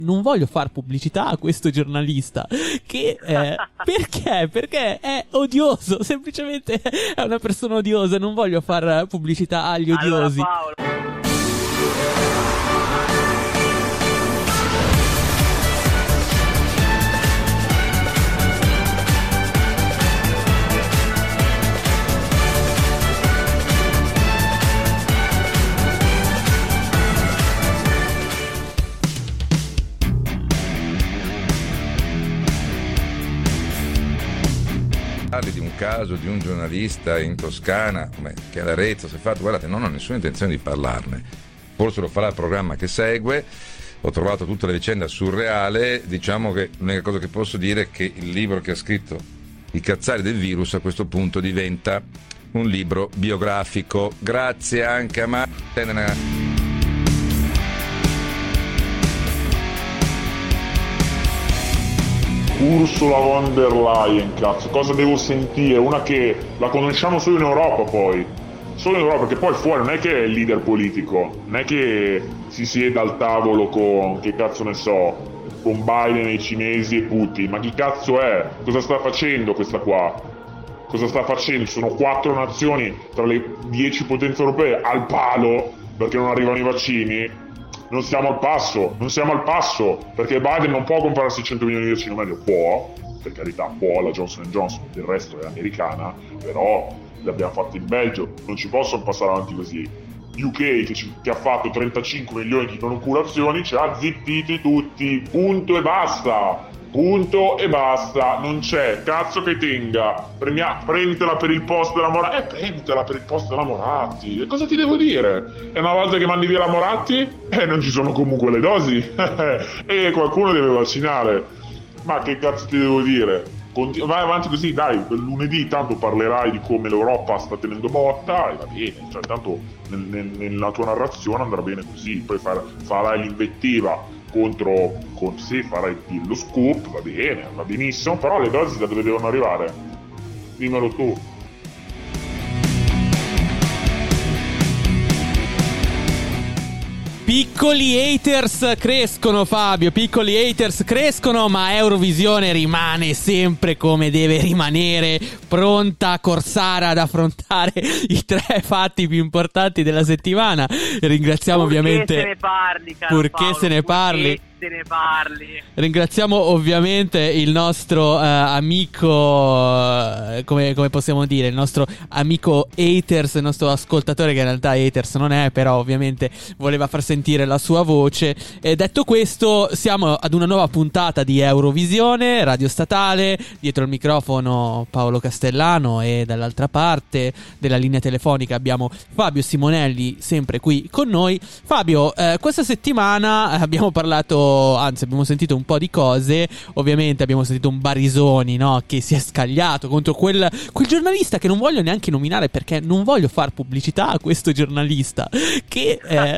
Non voglio far pubblicità a questo giornalista che perché? Perché è odioso, semplicemente è una persona odiosa, non voglio far pubblicità agli odiosi. Allora, Paolo. Parli di un caso di un giornalista in Toscana che ad Arezzo si è fatto, guardate, non ho nessuna intenzione di parlarne, forse lo farà il programma che segue. Ho trovato tutta la vicenda surreale. Diciamo che l'unica cosa che posso dire è che il libro che ha scritto I cazzari del virus a questo punto diventa un libro biografico. Grazie anche a Marta. Ursula von der Leyen, cazzo, cosa devo sentire? Una che la conosciamo solo in Europa, poi solo in Europa, perché poi fuori non è che è il leader politico, non è che si siede al tavolo con, che cazzo ne so, con Biden e i cinesi e Putin, ma chi cazzo è? Cosa sta facendo questa qua? Cosa sta facendo? Sono 4 nazioni tra le 10 potenze europee al palo perché non arrivano i vaccini. Non siamo al passo, perché Biden non può comprarsi 100 milioni di vaccini, o meglio può, per carità può, la Johnson & Johnson, il resto è americana, però le abbiamo fatte in Belgio, non ci possono passare avanti così. UK che ha fatto 35 milioni di inoculazioni ci ha zittiti tutti, punto e basta, non c'è cazzo che tenga. Prenditela per il posto della Moratti, prenditela per il posto della Moratti, e cosa ti devo dire? E una volta che mandi via la Moratti non ci sono comunque le dosi e qualcuno deve vaccinare, ma che cazzo ti devo dire? Vai avanti così, dai, per lunedì tanto parlerai di come l'Europa sta tenendo botta e va bene, cioè tanto nella tua narrazione andrà bene così, poi farai l'invettiva farai lo scoop, va bene, va benissimo, però le dosi da dove devono arrivare? Dimmelo tu. Piccoli haters crescono, Fabio, piccoli haters crescono, ma Eurovisione rimane sempre come deve rimanere, pronta Corsara ad affrontare i 3 fatti più importanti della settimana. Ringraziamo ovviamente... se ne parli, caro purché Paolo, se ne parli. se ne parli. Ringraziamo ovviamente il nostro amico, come possiamo dire, il nostro amico haters, il nostro ascoltatore che in realtà haters non è, però ovviamente voleva far sentire la sua voce. E detto questo, siamo ad una nuova puntata di Eurovisione, radio statale, dietro il microfono Paolo Castellano e dall'altra parte della linea telefonica abbiamo Fabio Simonelli, sempre qui con noi. Fabio, questa settimana abbiamo parlato, anzi abbiamo sentito un po' di cose. Ovviamente abbiamo sentito un Barisoni, no, che si è scagliato contro quel giornalista che non voglio neanche nominare perché non voglio far pubblicità a questo giornalista che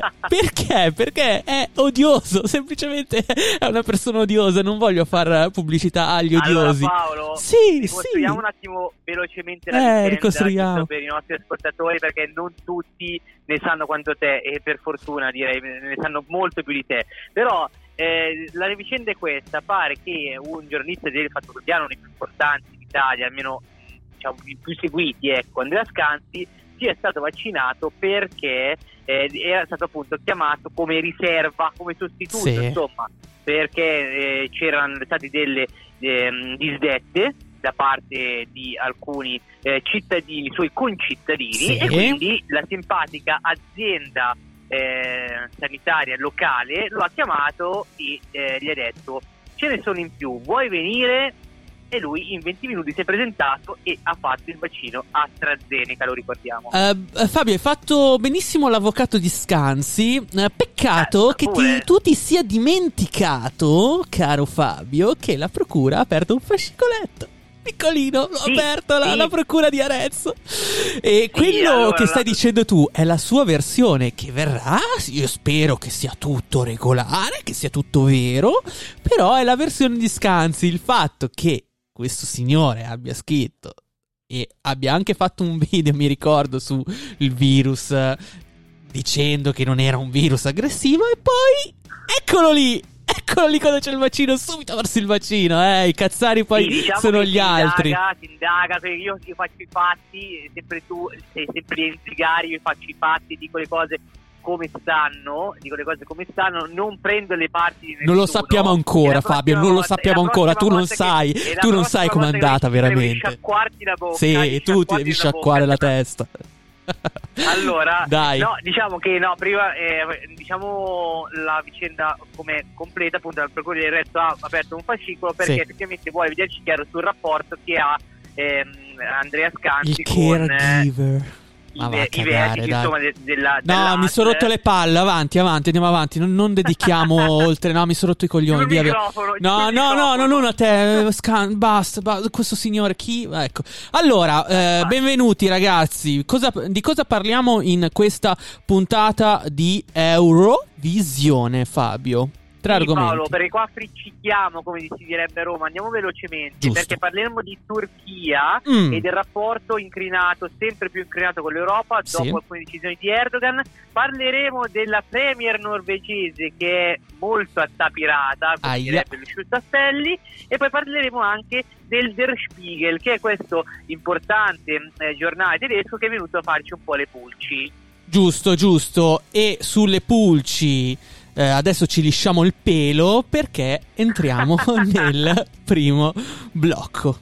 perché è odioso, semplicemente è una persona odiosa, non voglio far pubblicità agli odiosi. Allora Paolo, ricostruiamo un attimo velocemente la vicenda, ricostruiamo per i nostri ascoltatori, perché non tutti ne sanno quanto te, e per fortuna direi ne sanno molto più di te, però la vicenda è questa: pare che un giornalista del Fatto Quotidiano, uno dei più importanti d'Italia, almeno diciamo i più seguiti, ecco, Andrea Scanzi, sia stato vaccinato perché era stato appunto chiamato come riserva, come sostituto, sì, insomma, perché c'erano state delle disdette da parte di alcuni cittadini, suoi concittadini, sì, e quindi la simpatica azienda sanitaria locale lo ha chiamato e gli ha detto: ce ne sono in più, vuoi venire? E lui in 20 minuti si è presentato e ha fatto il vaccino AstraZeneca, lo ricordiamo. Fabio, hai fatto benissimo l'avvocato di Scanzi. Peccato che tu ti sia dimenticato, caro Fabio, che la procura ha aperto un fascicoletto piccolino, l'ho aperto la procura di Arezzo. E quello allora, che stai dicendo tu è la sua versione che verrà. Io spero che sia tutto regolare, che sia tutto vero, però è la versione di Scanzi. Il fatto che questo signore abbia scritto e abbia anche fatto un video, mi ricordo, su il virus, dicendo che non era un virus aggressivo, e poi eccolo Eccolo lì quando c'è il vaccino, subito verso il vaccino, i cazzari poi sì, diciamo sono gli altri. Si indaga, io faccio i fatti, sempre tu sei sempre in zigari, io faccio i fatti, dico le cose come stanno, non prendo le parti di nessuno. Non lo sappiamo ancora, Fabio, non lo sappiamo ancora, tu non sai com'è andata veramente. Devi sciacquarti la bocca. Sì, tu ti devi sciacquare la testa. Allora, dai. No, diciamo che prima diciamo la vicenda come completa, appunto il Procurato del Resto ha aperto un fascicolo perché effettivamente vuole vederci chiaro sul rapporto che ha Andrea Scanzi il caregiver. I vertici, insomma, no, mi sono rotto le palle. Avanti, andiamo avanti. Non dedichiamo oltre. No, mi sono rotto i coglioni. Non a te. Basta. Questo signore chi? Ecco. Allora, benvenuti ragazzi. Di cosa parliamo in questa puntata di Eurovisione, Fabio? Tre argomenti. Paolo, perché qua friccichiamo, come si direbbe a Roma, andiamo velocemente. Giusto. Perché parleremo di Turchia e del rapporto sempre più incrinato con l'Europa dopo alcune decisioni di Erdogan. Parleremo della premier norvegese che è molto attapirata, come direbbe Lucio Tasselli, e poi parleremo anche del Der Spiegel, che è questo importante giornale tedesco che è venuto a farci un po' le pulci. Giusto. E sulle pulci adesso ci lisciamo il pelo perché entriamo nel primo blocco.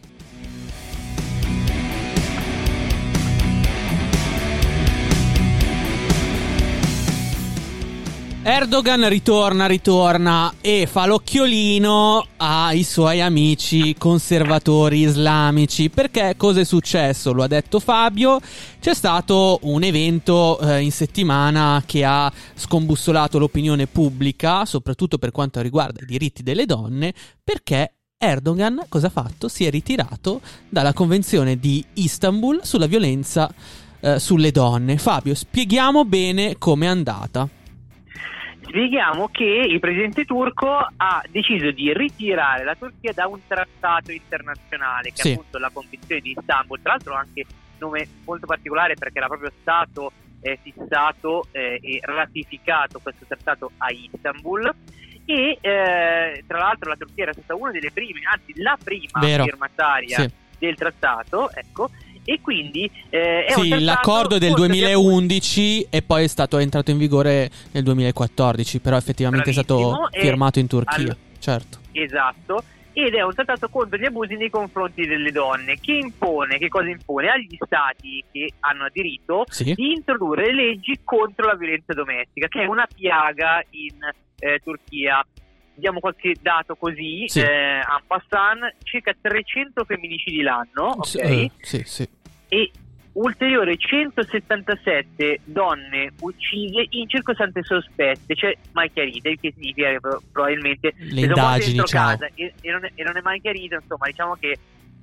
Erdogan ritorna e fa l'occhiolino ai suoi amici conservatori islamici. Perché cosa è successo? Lo ha detto Fabio. C'è stato un evento in settimana che ha scombussolato l'opinione pubblica, soprattutto per quanto riguarda i diritti delle donne, perché Erdogan cosa ha fatto? Si è ritirato dalla Convenzione di Istanbul sulla violenza sulle donne. Fabio, spieghiamo bene com'è andata. Spieghiamo che il presidente turco ha deciso di ritirare la Turchia da un trattato internazionale che è appunto la Convenzione di Istanbul, tra l'altro anche nome molto particolare perché era proprio stato fissato e ratificato questo trattato a Istanbul e tra l'altro la Turchia era stata una delle prime, anzi la prima firmataria del trattato, ecco. E quindi l'accordo è del 2011 e poi è entrato in vigore nel 2014, però effettivamente è stato firmato in Turchia. Certo. Esatto. Ed è un trattato contro gli abusi nei confronti delle donne che cosa impone agli stati che hanno diritto di introdurre leggi contro la violenza domestica, che è una piaga in Turchia. Diamo qualche dato così, en passant, circa 300 femminicidi l'anno, ok? E ulteriori 177 donne uccise in circostanze sospette, cioè mai chiarite, il che significa che probabilmente le indagini casa e non è mai chiarito, insomma, diciamo che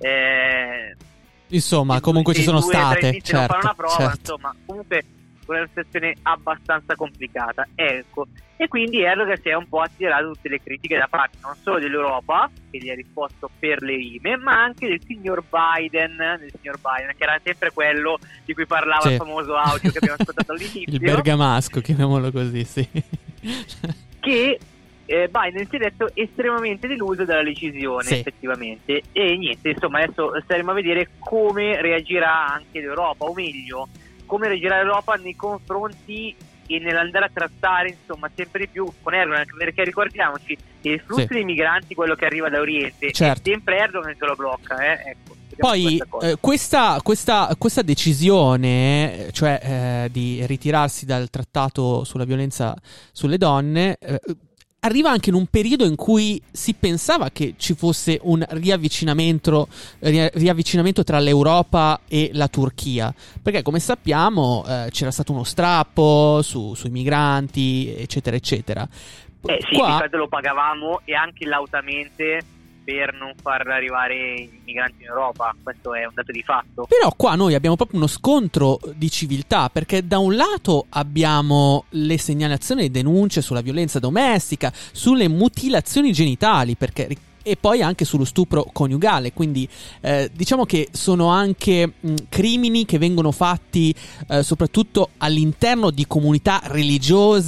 comunque ci sono state, non fanno una prova, insomma, comunque una situazione abbastanza complicata, ecco. E quindi Erdogan si è un po' attirato tutte le critiche da parte non solo dell'Europa, che gli ha risposto per le rime, ma anche del signor Biden, che era sempre quello di cui parlava il famoso audio che abbiamo ascoltato all'inizio. Il bergamasco, chiamiamolo così, che Biden si è detto estremamente deluso dalla decisione, effettivamente. E niente, insomma, adesso staremo a vedere come reagirà anche l'Europa, o meglio, come reagirà l'Europa nei confronti e nell'andare a trattare, insomma, sempre di più con Erdogan, perché ricordiamoci che il flusso di migranti, quello che arriva da Oriente, è sempre Erdogan che lo blocca, ecco. Poi questa decisione, cioè di ritirarsi dal trattato sulla violenza sulle donne, arriva anche in un periodo in cui si pensava che ci fosse un riavvicinamento tra l'Europa e la Turchia, perché come sappiamo c'era stato uno strappo sui migranti, eccetera eccetera. Infatti lo pagavamo e anche lautamente per non far arrivare i migranti in Europa, questo è un dato di fatto. Però qua noi abbiamo proprio uno scontro di civiltà, perché da un lato abbiamo le segnalazioni e denunce sulla violenza domestica, sulle mutilazioni genitali, e poi anche sullo stupro coniugale, quindi diciamo che sono anche crimini che vengono fatti soprattutto all'interno di comunità religiose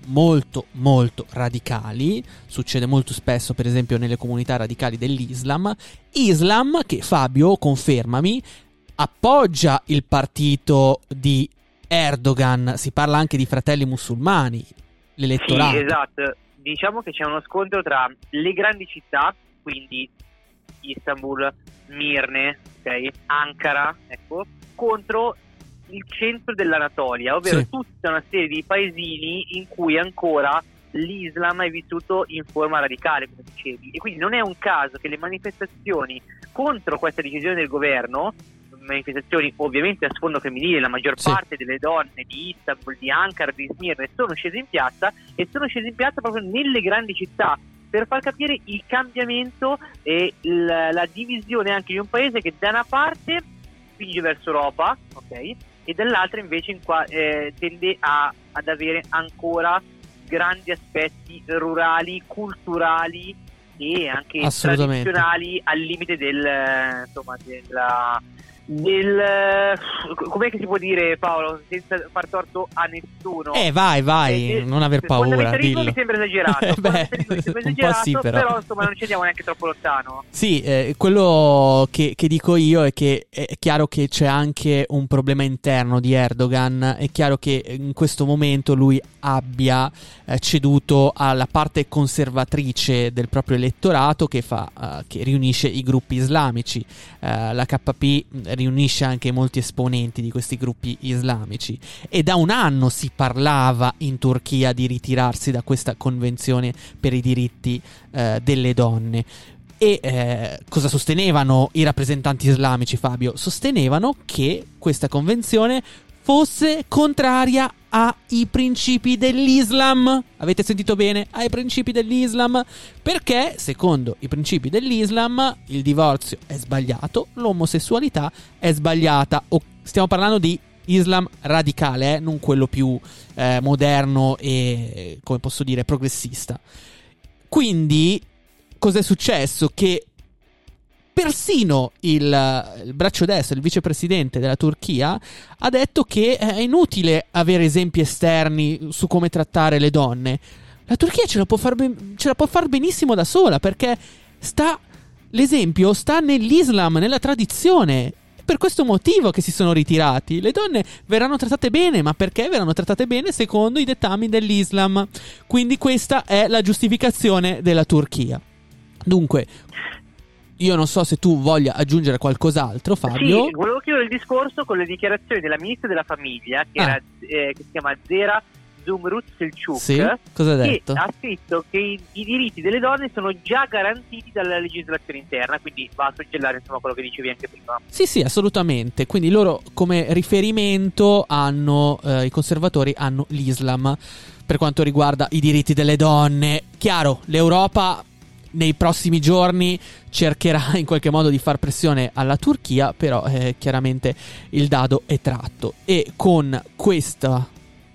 molto molto radicali, succede molto spesso per esempio nelle comunità radicali dell'Islam, Islam che, Fabio, confermami, appoggia il partito di Erdogan, si parla anche di Fratelli Musulmani, l'elettorato. Sì, esatto, diciamo che c'è uno scontro tra le grandi città, quindi Istanbul, Mirne, okay, Ankara, ecco, contro il centro dell'Anatolia, ovvero sì, tutta una serie di paesini in cui ancora l'Islam è vissuto in forma radicale, come dicevi, e quindi non è un caso che le manifestazioni contro questa decisione del governo, manifestazioni ovviamente a sfondo femminile, la maggior sì, parte delle donne di Istanbul, di Ankara, di Smirne sono scese in piazza, e sono scese in piazza proprio nelle grandi città, per far capire il cambiamento e la divisione anche di un paese che da una parte spinge verso Europa, ok, e dall'altra invece tende ad avere ancora grandi aspetti rurali, culturali e anche tradizionali, al limite com'è che si può dire, Paolo, senza far torto a nessuno? Vai, non aver paura, dillo. Mi sembra esagerato, un po' sì, però insomma non ci andiamo neanche troppo lontano. Sì, quello che dico io è che è chiaro che c'è anche un problema interno di Erdogan, è chiaro che in questo momento lui abbia ceduto alla parte conservatrice del proprio elettorato che riunisce i gruppi islamici, la KP riunisce anche molti esponenti di questi gruppi islamici, e da un anno si parlava in Turchia di ritirarsi da questa convenzione per i diritti delle donne. E cosa sostenevano i rappresentanti islamici, Fabio? Sostenevano che questa convenzione fosse contraria ai principi dell'Islam. Avete sentito bene? Ai principi dell'Islam. Perché, secondo i principi dell'Islam, il divorzio è sbagliato, l'omosessualità è sbagliata. Stiamo parlando di Islam radicale, non quello più moderno e, come posso dire, progressista. Quindi, cos'è successo? Che persino il braccio destro, il vicepresidente della Turchia, ha detto che è inutile avere esempi esterni su come trattare le donne. La Turchia ce la può far benissimo da sola, perché l'esempio sta nell'Islam, nella tradizione. È per questo motivo che si sono ritirati. Le donne verranno trattate bene, ma perché verranno trattate bene? Secondo i dettami dell'Islam. Quindi questa è la giustificazione della Turchia. Dunque, io non so se tu voglia aggiungere qualcos'altro, Fabio. Sì, volevo chiudere il discorso con le dichiarazioni della ministra della famiglia, che si chiama Zera Zumrut Selçuk, sì? Cosa ha detto? Che ha scritto che i diritti delle donne sono già garantiti dalla legislazione interna, quindi va a suggellare insomma quello che dicevi anche prima. Sì, assolutamente. Quindi loro come riferimento i conservatori hanno l'Islam per quanto riguarda i diritti delle donne. Chiaro, l'Europa nei prossimi giorni cercherà in qualche modo di far pressione alla Turchia, però chiaramente il dado è tratto, e con questa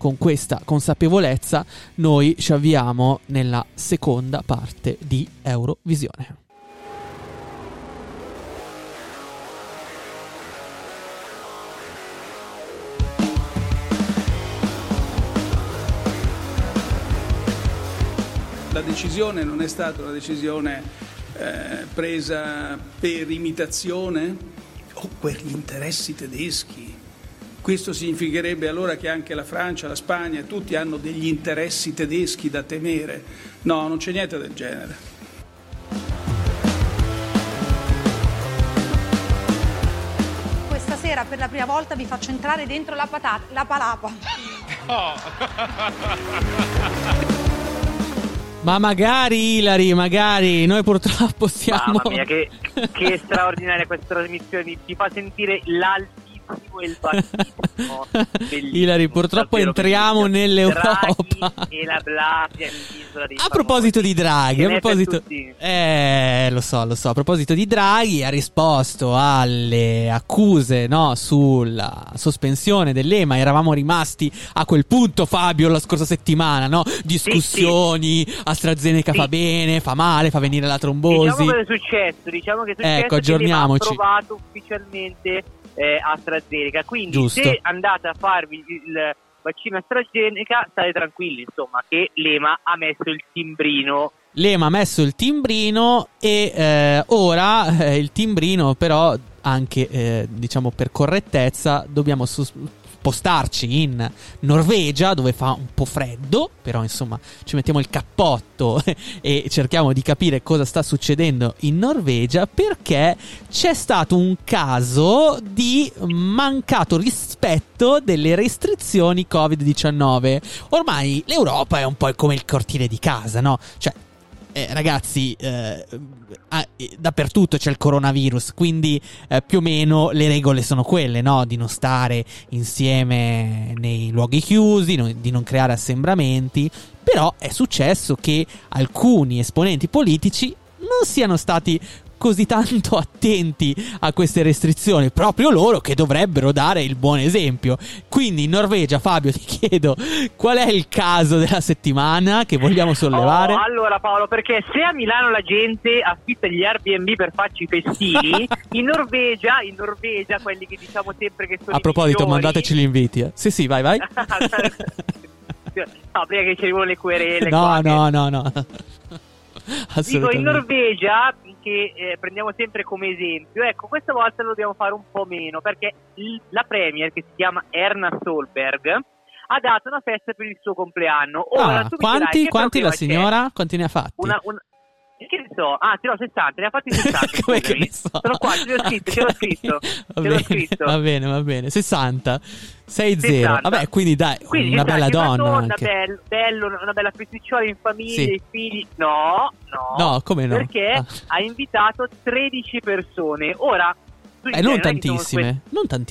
consapevolezza noi ci avviamo nella seconda parte di Eurovisione. La decisione non è stata una decisione presa per imitazione o per gli interessi tedeschi. Questo significherebbe allora che anche la Francia, la Spagna, tutti hanno degli interessi tedeschi da temere. No, non c'è niente del genere. Questa sera per la prima volta vi faccio entrare dentro la palapa. Ma magari, Ilari, magari. Noi purtroppo siamo... Mamma mia, che straordinaria questa trasmissione. Ti fa sentire l'altissimo e il bassissimo. Ilari, purtroppo entriamo nell'Europa. Draghi e la Blasia nell'isola dei A proposito di Draghi, lo so. A proposito di Draghi, ha risposto alle accuse, no, sulla sospensione dell'EMA. Eravamo rimasti a quel punto, Fabio, la scorsa settimana, no? Discussioni, sì. AstraZeneca fa bene, fa male, fa venire la trombosi. Diciamo che è successo ecco, aggiorniamoci. Che l'EMA ha approvato ufficialmente AstraZeneca, quindi giusto. Se andate a farvi vaccino AstraZeneca, state tranquilli, insomma, che l'EMA ha messo il timbrino. L'EMA ha messo il timbrino e ora il timbrino però anche, diciamo per correttezza, dobbiamo spostarci in Norvegia, dove fa un po' freddo, però insomma ci mettiamo il cappotto e cerchiamo di capire cosa sta succedendo in Norvegia, perché c'è stato un caso di mancato rispetto delle restrizioni Covid-19. Ormai l'Europa è un po' come il cortile di casa, no? Cioè, ragazzi, dappertutto c'è il coronavirus, quindi più o meno le regole sono quelle, no? Di non stare insieme nei luoghi chiusi, di non creare assembramenti. Però è successo che alcuni esponenti politici non siano stati così tanto attenti a queste restrizioni, proprio loro che dovrebbero dare il buon esempio. Quindi in Norvegia, Fabio, ti chiedo qual è il caso della settimana che vogliamo sollevare. Allora Paolo, perché se a Milano la gente affitta gli Airbnb per farci i festini, in Norvegia quelli che diciamo sempre che sono a proposito, migliori... mandateci gli inviti, eh. Sì, vai. No, prima che ci arrivano le querele. No. Dico, in Norvegia, che prendiamo sempre come esempio, ecco, questa volta lo dobbiamo fare un po' meno, perché la premier, che si chiama Erna Solberg, ha dato una festa per il suo compleanno. Ora, quanti la signora? Quanti ne ha fatti? Che ne so? Ce l'ho 60, ne ha fatti 60. Come che ne so? Sono qua, ce l'ho scritto. Va bene. 60. 6-0. Vabbè, quindi dai, una bella donna anche. Una bella festicciuola in famiglia, sì. I figli. No, come no? Perché ha invitato 13 persone. Ora, non tantissime.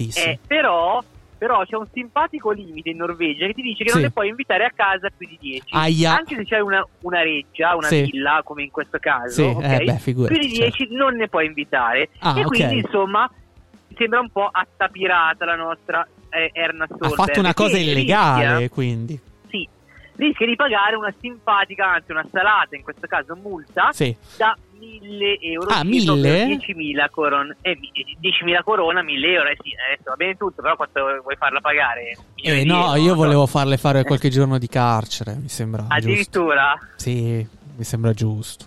Però c'è un simpatico limite in Norvegia che ti dice che non ne puoi invitare a casa più di 10. Anche se c'hai una reggia, una villa, come in questo caso, okay? Figurati, più di 10 non ne puoi invitare. Quindi insomma sembra un po' attapirata la nostra Erna Solberg. Ha fatto una cosa illegale, quindi. Sì, rischia di pagare una simpatica, anzi una salata, in questo caso multa, da 1.000 euro. 1.000? 10.000 corona, 10.000 corona, 1.000 euro. Sì, adesso va bene tutto, però quanto vuoi farla pagare? Io volevo farle fare qualche giorno di carcere, mi sembra. Addirittura? Giusto. Sì, mi sembra giusto.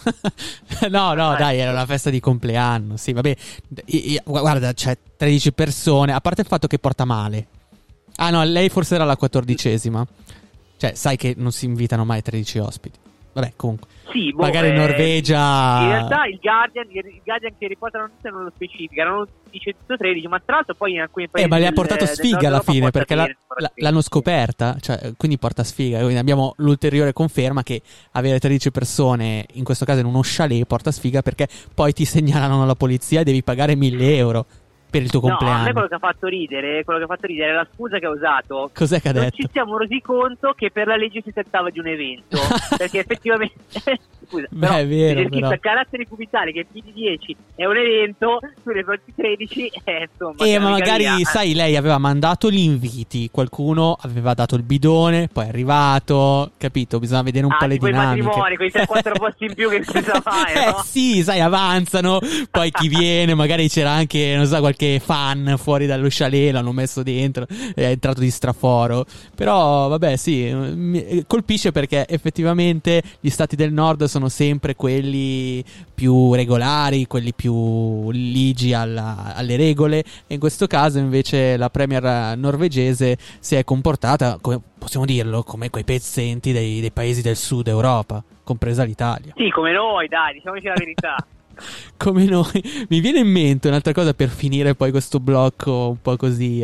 No, dai, era una festa di compleanno. Sì, vabbè. Guarda, c'è 13 persone, a parte il fatto che porta male. No, lei forse era la 14ª. Cioè, sai che non si invitano mai 13 ospiti. Vabbè, comunque. Sì, magari in Norvegia. In realtà il Guardian che riporta la notizia non lo specifica, dice 13, ma tra l'altro poi in alcuni paesi ma le ha portato sfiga alla fine, perché l'hanno scoperta, cioè, quindi porta sfiga. Quindi abbiamo l'ulteriore conferma che avere 13 persone, in questo caso in uno chalet, porta sfiga, perché poi ti segnalano alla polizia e devi pagare 1.000 euro per il tuo compleanno. A me quello che ha fatto ridere è la scusa che ha usato. Cos'è che ha detto? Non ci siamo resi conto che per la legge si trattava di un evento, perché effettivamente scusa, però è vero, però. A caratteri cubitali che più di 10 è un evento, tu ne porti 13, insomma. Ma magari, sai, lei aveva mandato gli inviti, qualcuno aveva dato il bidone, poi è arrivato, capito? Bisogna vedere un po' le dinamiche. Matrimoni, quei 3-4 posti in più che si sa fare, no? Sì, sai, avanzano, poi chi viene, magari c'era anche, non so, qualche fan fuori dallo chalet, l'hanno messo dentro, è entrato di straforo. Però vabbè, sì, mi colpisce perché effettivamente gli stati del nord sono sempre quelli più regolari, quelli più ligi alle regole, e in questo caso invece la premier norvegese si è comportata, come possiamo dirlo, come quei pezzenti dei paesi del sud Europa, compresa l'Italia. Sì, come noi, dai, diciamoci la verità. Come noi. Mi viene in mente un'altra cosa per finire poi questo blocco un po' così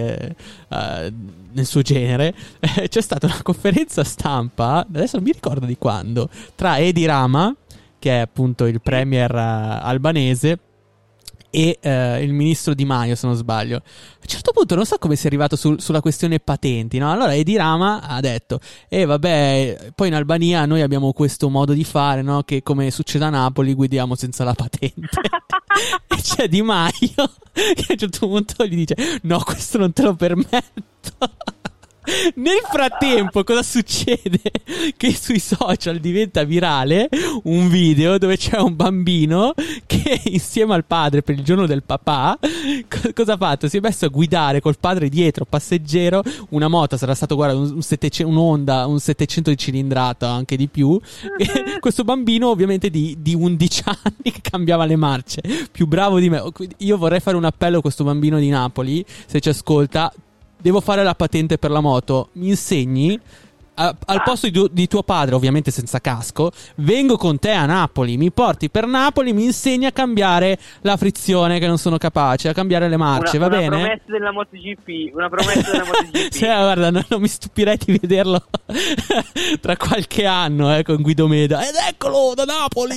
nel suo genere. C'è stata una conferenza stampa, adesso non mi ricordo di quando, tra Edi Rama, che è appunto il premier albanese, e il ministro Di Maio, se non sbaglio. A un certo punto non so come sia arrivato sulla questione patenti, no? Allora Edi Rama ha detto vabbè, poi in Albania noi abbiamo questo modo di fare, no? Che come succede a Napoli guidiamo senza la patente. E c'è Di Maio che a un certo punto gli dice no, questo non te lo permetto. Nel frattempo, cosa succede? Che sui social diventa virale un video dove c'è un bambino che insieme al padre per il giorno del papà, cosa ha fatto? Si è messo a guidare col padre dietro, passeggero, una moto, sarà stato, guarda, un Honda, un 700 di cilindrata, anche di più. E questo bambino ovviamente di 11 anni che cambiava le marce, più bravo di me. Io vorrei fare un appello a questo bambino di Napoli, se ci ascolta. Devo fare la patente per la moto, mi insegni? Al posto di tuo padre, ovviamente senza casco, vengo con te a Napoli, mi porti per Napoli, mi insegni a cambiare la frizione che non sono capace, a cambiare le marce, va bene? Una promessa della MotoGP. Guarda, non mi stupirei di vederlo tra qualche anno, con Guido Meda. Ed eccolo, da Napoli!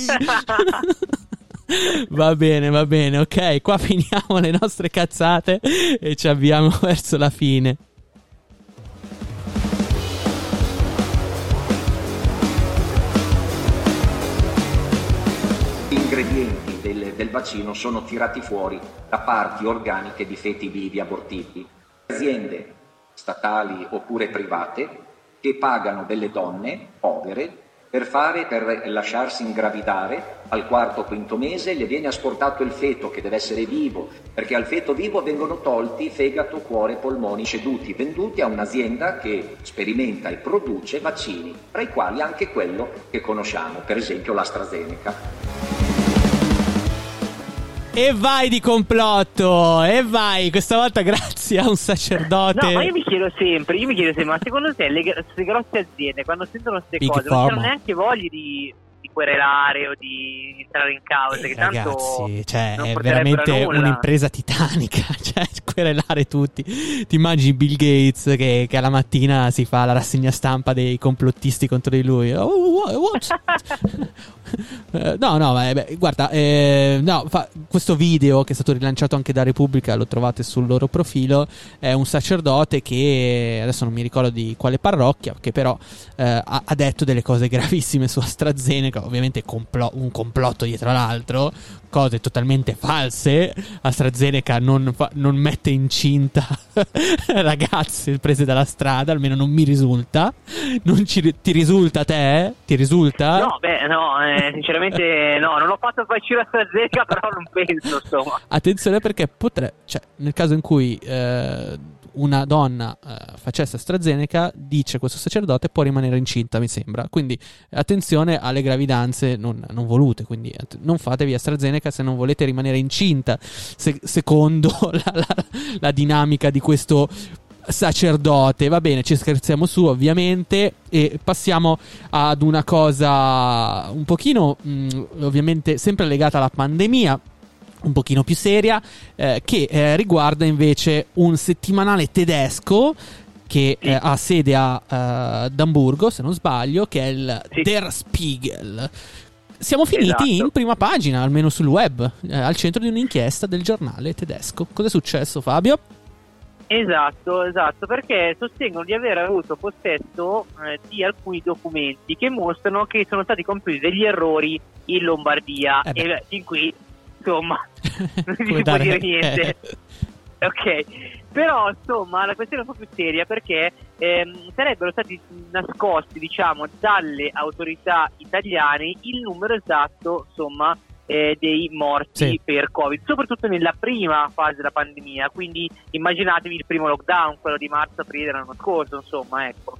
Va bene, ok, qua finiamo le nostre cazzate e ci avviamo verso la fine. Gli ingredienti del vaccino sono tirati fuori da parti organiche di feti vivi abortiti. Aziende statali oppure private che pagano delle donne povere per lasciarsi ingravidare. Al quarto o quinto mese gli viene asportato il feto, che deve essere vivo, perché al feto vivo vengono tolti fegato, cuore, polmoni, ceduti, venduti a un'azienda che sperimenta e produce vaccini, tra i quali anche quello che conosciamo, per esempio l'AstraZeneca. E vai di complotto, e vai, questa volta grazie a un sacerdote. No, ma io mi chiedo sempre, ma secondo te queste grosse aziende, quando sentono queste Big cose, Pharma, non hanno neanche voglia di querelare o di entrare in causa? Che ragazzi, tanto cioè, non è porterebbero a veramente nulla. un'impresa titanica, cioè, querelare tutti. Ti immagini Bill Gates che alla mattina si fa la rassegna stampa dei complottisti contro di lui? Guarda, questo video che è stato rilanciato anche da Repubblica, lo trovate sul loro profilo, è un sacerdote che adesso non mi ricordo di quale parrocchia, che però ha detto delle cose gravissime su AstraZeneca, ovviamente un complotto dietro l'altro, cose totalmente false. AstraZeneca non mette incinta ragazze prese dalla strada, almeno non mi risulta. Ti risulta a te? Ti risulta? No, sinceramente no, non ho fatto il vaccino AstraZeneca, però non penso, insomma. Attenzione, perché nel caso in cui una donna facesse AstraZeneca, dice questo sacerdote, può rimanere incinta, mi sembra. Quindi attenzione alle gravidanze non volute, quindi non fatevi AstraZeneca se non volete rimanere incinta, secondo la dinamica di questo sacerdote. Va bene, ci scherziamo su, ovviamente, e passiamo ad una cosa un pochino ovviamente sempre legata alla pandemia, un pochino più seria, che riguarda invece un settimanale tedesco che ha sede ad Amburgo, se non sbaglio, che è il Der Spiegel. Siamo finiti in prima pagina, almeno sul web, al centro di un'inchiesta del giornale tedesco. Cos'è successo, Fabio? Esatto, perché sostengono di aver avuto possesso di alcuni documenti che mostrano che sono stati compiuti degli errori in Lombardia, e fin qui, insomma, non si può dire niente. Ok, però insomma la questione è un po' più seria, perché sarebbero stati nascosti, diciamo, dalle autorità italiane il numero esatto, insomma, dei morti per Covid, soprattutto nella prima fase della pandemia. Quindi immaginatevi il primo lockdown, quello di marzo-aprile dell'anno scorso, insomma, ecco.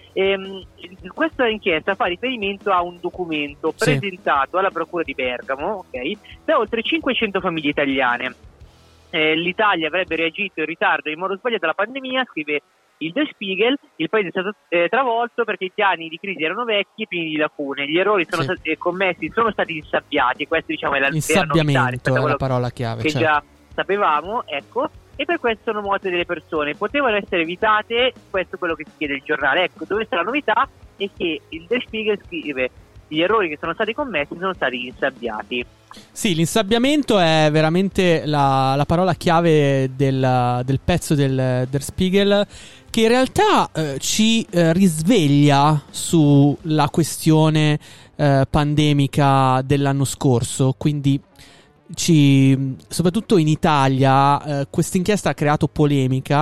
Questa inchiesta fa riferimento a un documento presentato alla Procura di Bergamo, da oltre 500 famiglie italiane. L'Italia avrebbe reagito in ritardo e in modo sbagliato alla pandemia, scrive il Der Spiegel. Il paese è stato travolto perché i piani di crisi erano vecchi e pieni di lacune. Gli errori sono stati commessi, sono stati insabbiati. Questo, diciamo, è la insabbiamento, è la parola chiave, che già sapevamo, ecco. E per questo sono morte delle persone. Potevano essere evitate, questo è quello che si chiede il giornale. Ecco, dove sta la novità è che il Der Spiegel scrive: gli errori che sono stati commessi sono stati insabbiati. Sì, l'insabbiamento è veramente la parola chiave del pezzo del Der Spiegel, che in realtà ci risveglia sulla questione pandemica dell'anno scorso. Quindi soprattutto in Italia questa inchiesta ha creato polemica,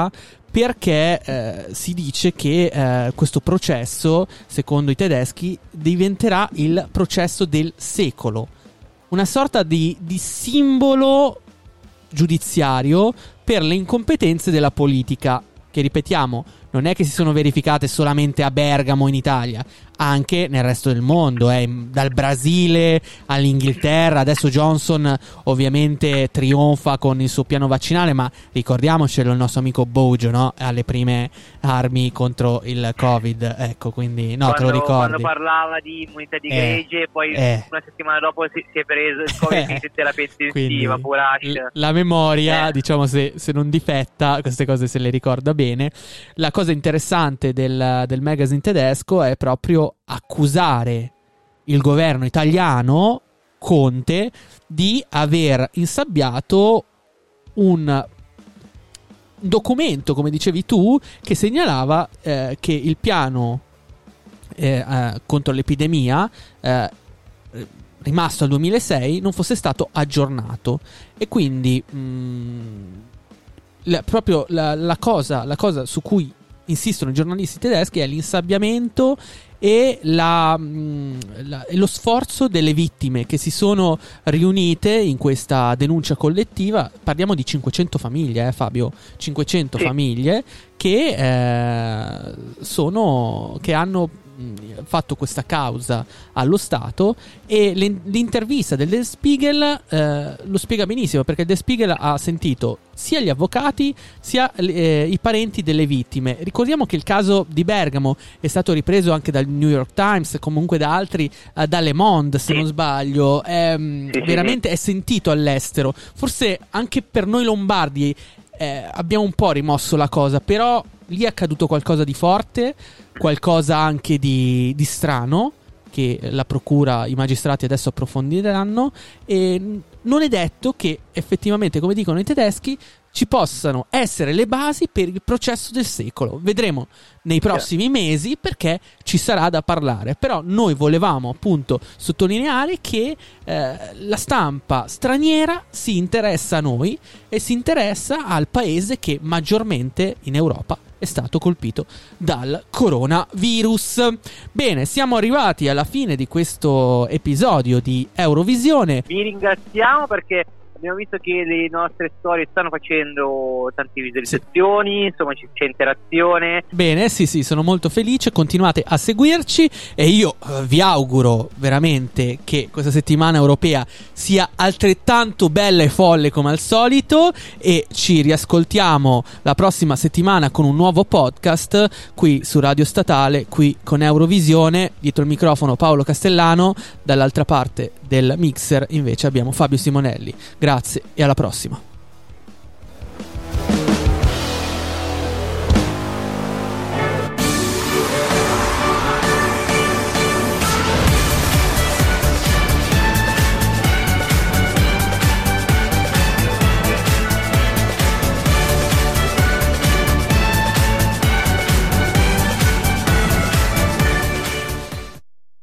perché si dice che questo processo, secondo i tedeschi, diventerà il processo del secolo, una sorta di simbolo giudiziario per le incompetenze della politica, che ripetiamo non è che si sono verificate solamente a Bergamo in Italia, anche nel resto del mondo, dal Brasile all'Inghilterra. Adesso Johnson ovviamente trionfa con il suo piano vaccinale, ma ricordiamocelo, il nostro amico Bojo, no? Alle prime armi contro il Covid, ecco, quindi no, te lo ricordi? Quando parlava di immunità di gregge, poi una settimana dopo si è preso il Covid in terapia intensiva, purascia. La memoria, diciamo, se non difetta, queste cose se le ricorda bene. La cosa interessante del magazine tedesco è proprio accusare il governo italiano, Conte, di aver insabbiato un documento, come dicevi tu, che segnalava che il piano contro l'epidemia rimasto al 2006 non fosse stato aggiornato, e quindi proprio la cosa su cui insistono i giornalisti tedeschi è l'insabbiamento e lo sforzo delle vittime che si sono riunite in questa denuncia collettiva. Parliamo di 500 famiglie, Fabio, 500 famiglie che hanno fatto questa causa allo Stato, e l'intervista del Der Spiegel lo spiega benissimo, perché il Der Spiegel ha sentito sia gli avvocati sia i parenti delle vittime. Ricordiamo che il caso di Bergamo è stato ripreso anche dal New York Times, comunque da altri, da Le Monde se non sbaglio, veramente è sentito all'estero. Forse anche per noi lombardi abbiamo un po' rimosso la cosa, però lì è accaduto qualcosa di forte, qualcosa anche di strano, che la procura, i magistrati adesso approfondiranno, e non è detto che effettivamente, come dicono i tedeschi, ci possano essere le basi per il processo del secolo. Vedremo nei prossimi mesi, perché ci sarà da parlare. Però noi volevamo appunto sottolineare che la stampa straniera si interessa a noi e si interessa al paese che maggiormente in Europa è stato colpito dal coronavirus. Bene, siamo arrivati alla fine di questo episodio di Eurovisione. Vi ringraziamo perché abbiamo visto che le nostre storie stanno facendo tante visualizzazioni, insomma c'è interazione. Bene, sì, sono molto felice, continuate a seguirci e io vi auguro veramente che questa settimana europea sia altrettanto bella e folle come al solito, e ci riascoltiamo la prossima settimana con un nuovo podcast qui su Radio Statale, qui con Eurovisione. Dietro il microfono Paolo Castellano, dall'altra parte del mixer invece abbiamo Fabio Simonelli. Grazie e alla prossima.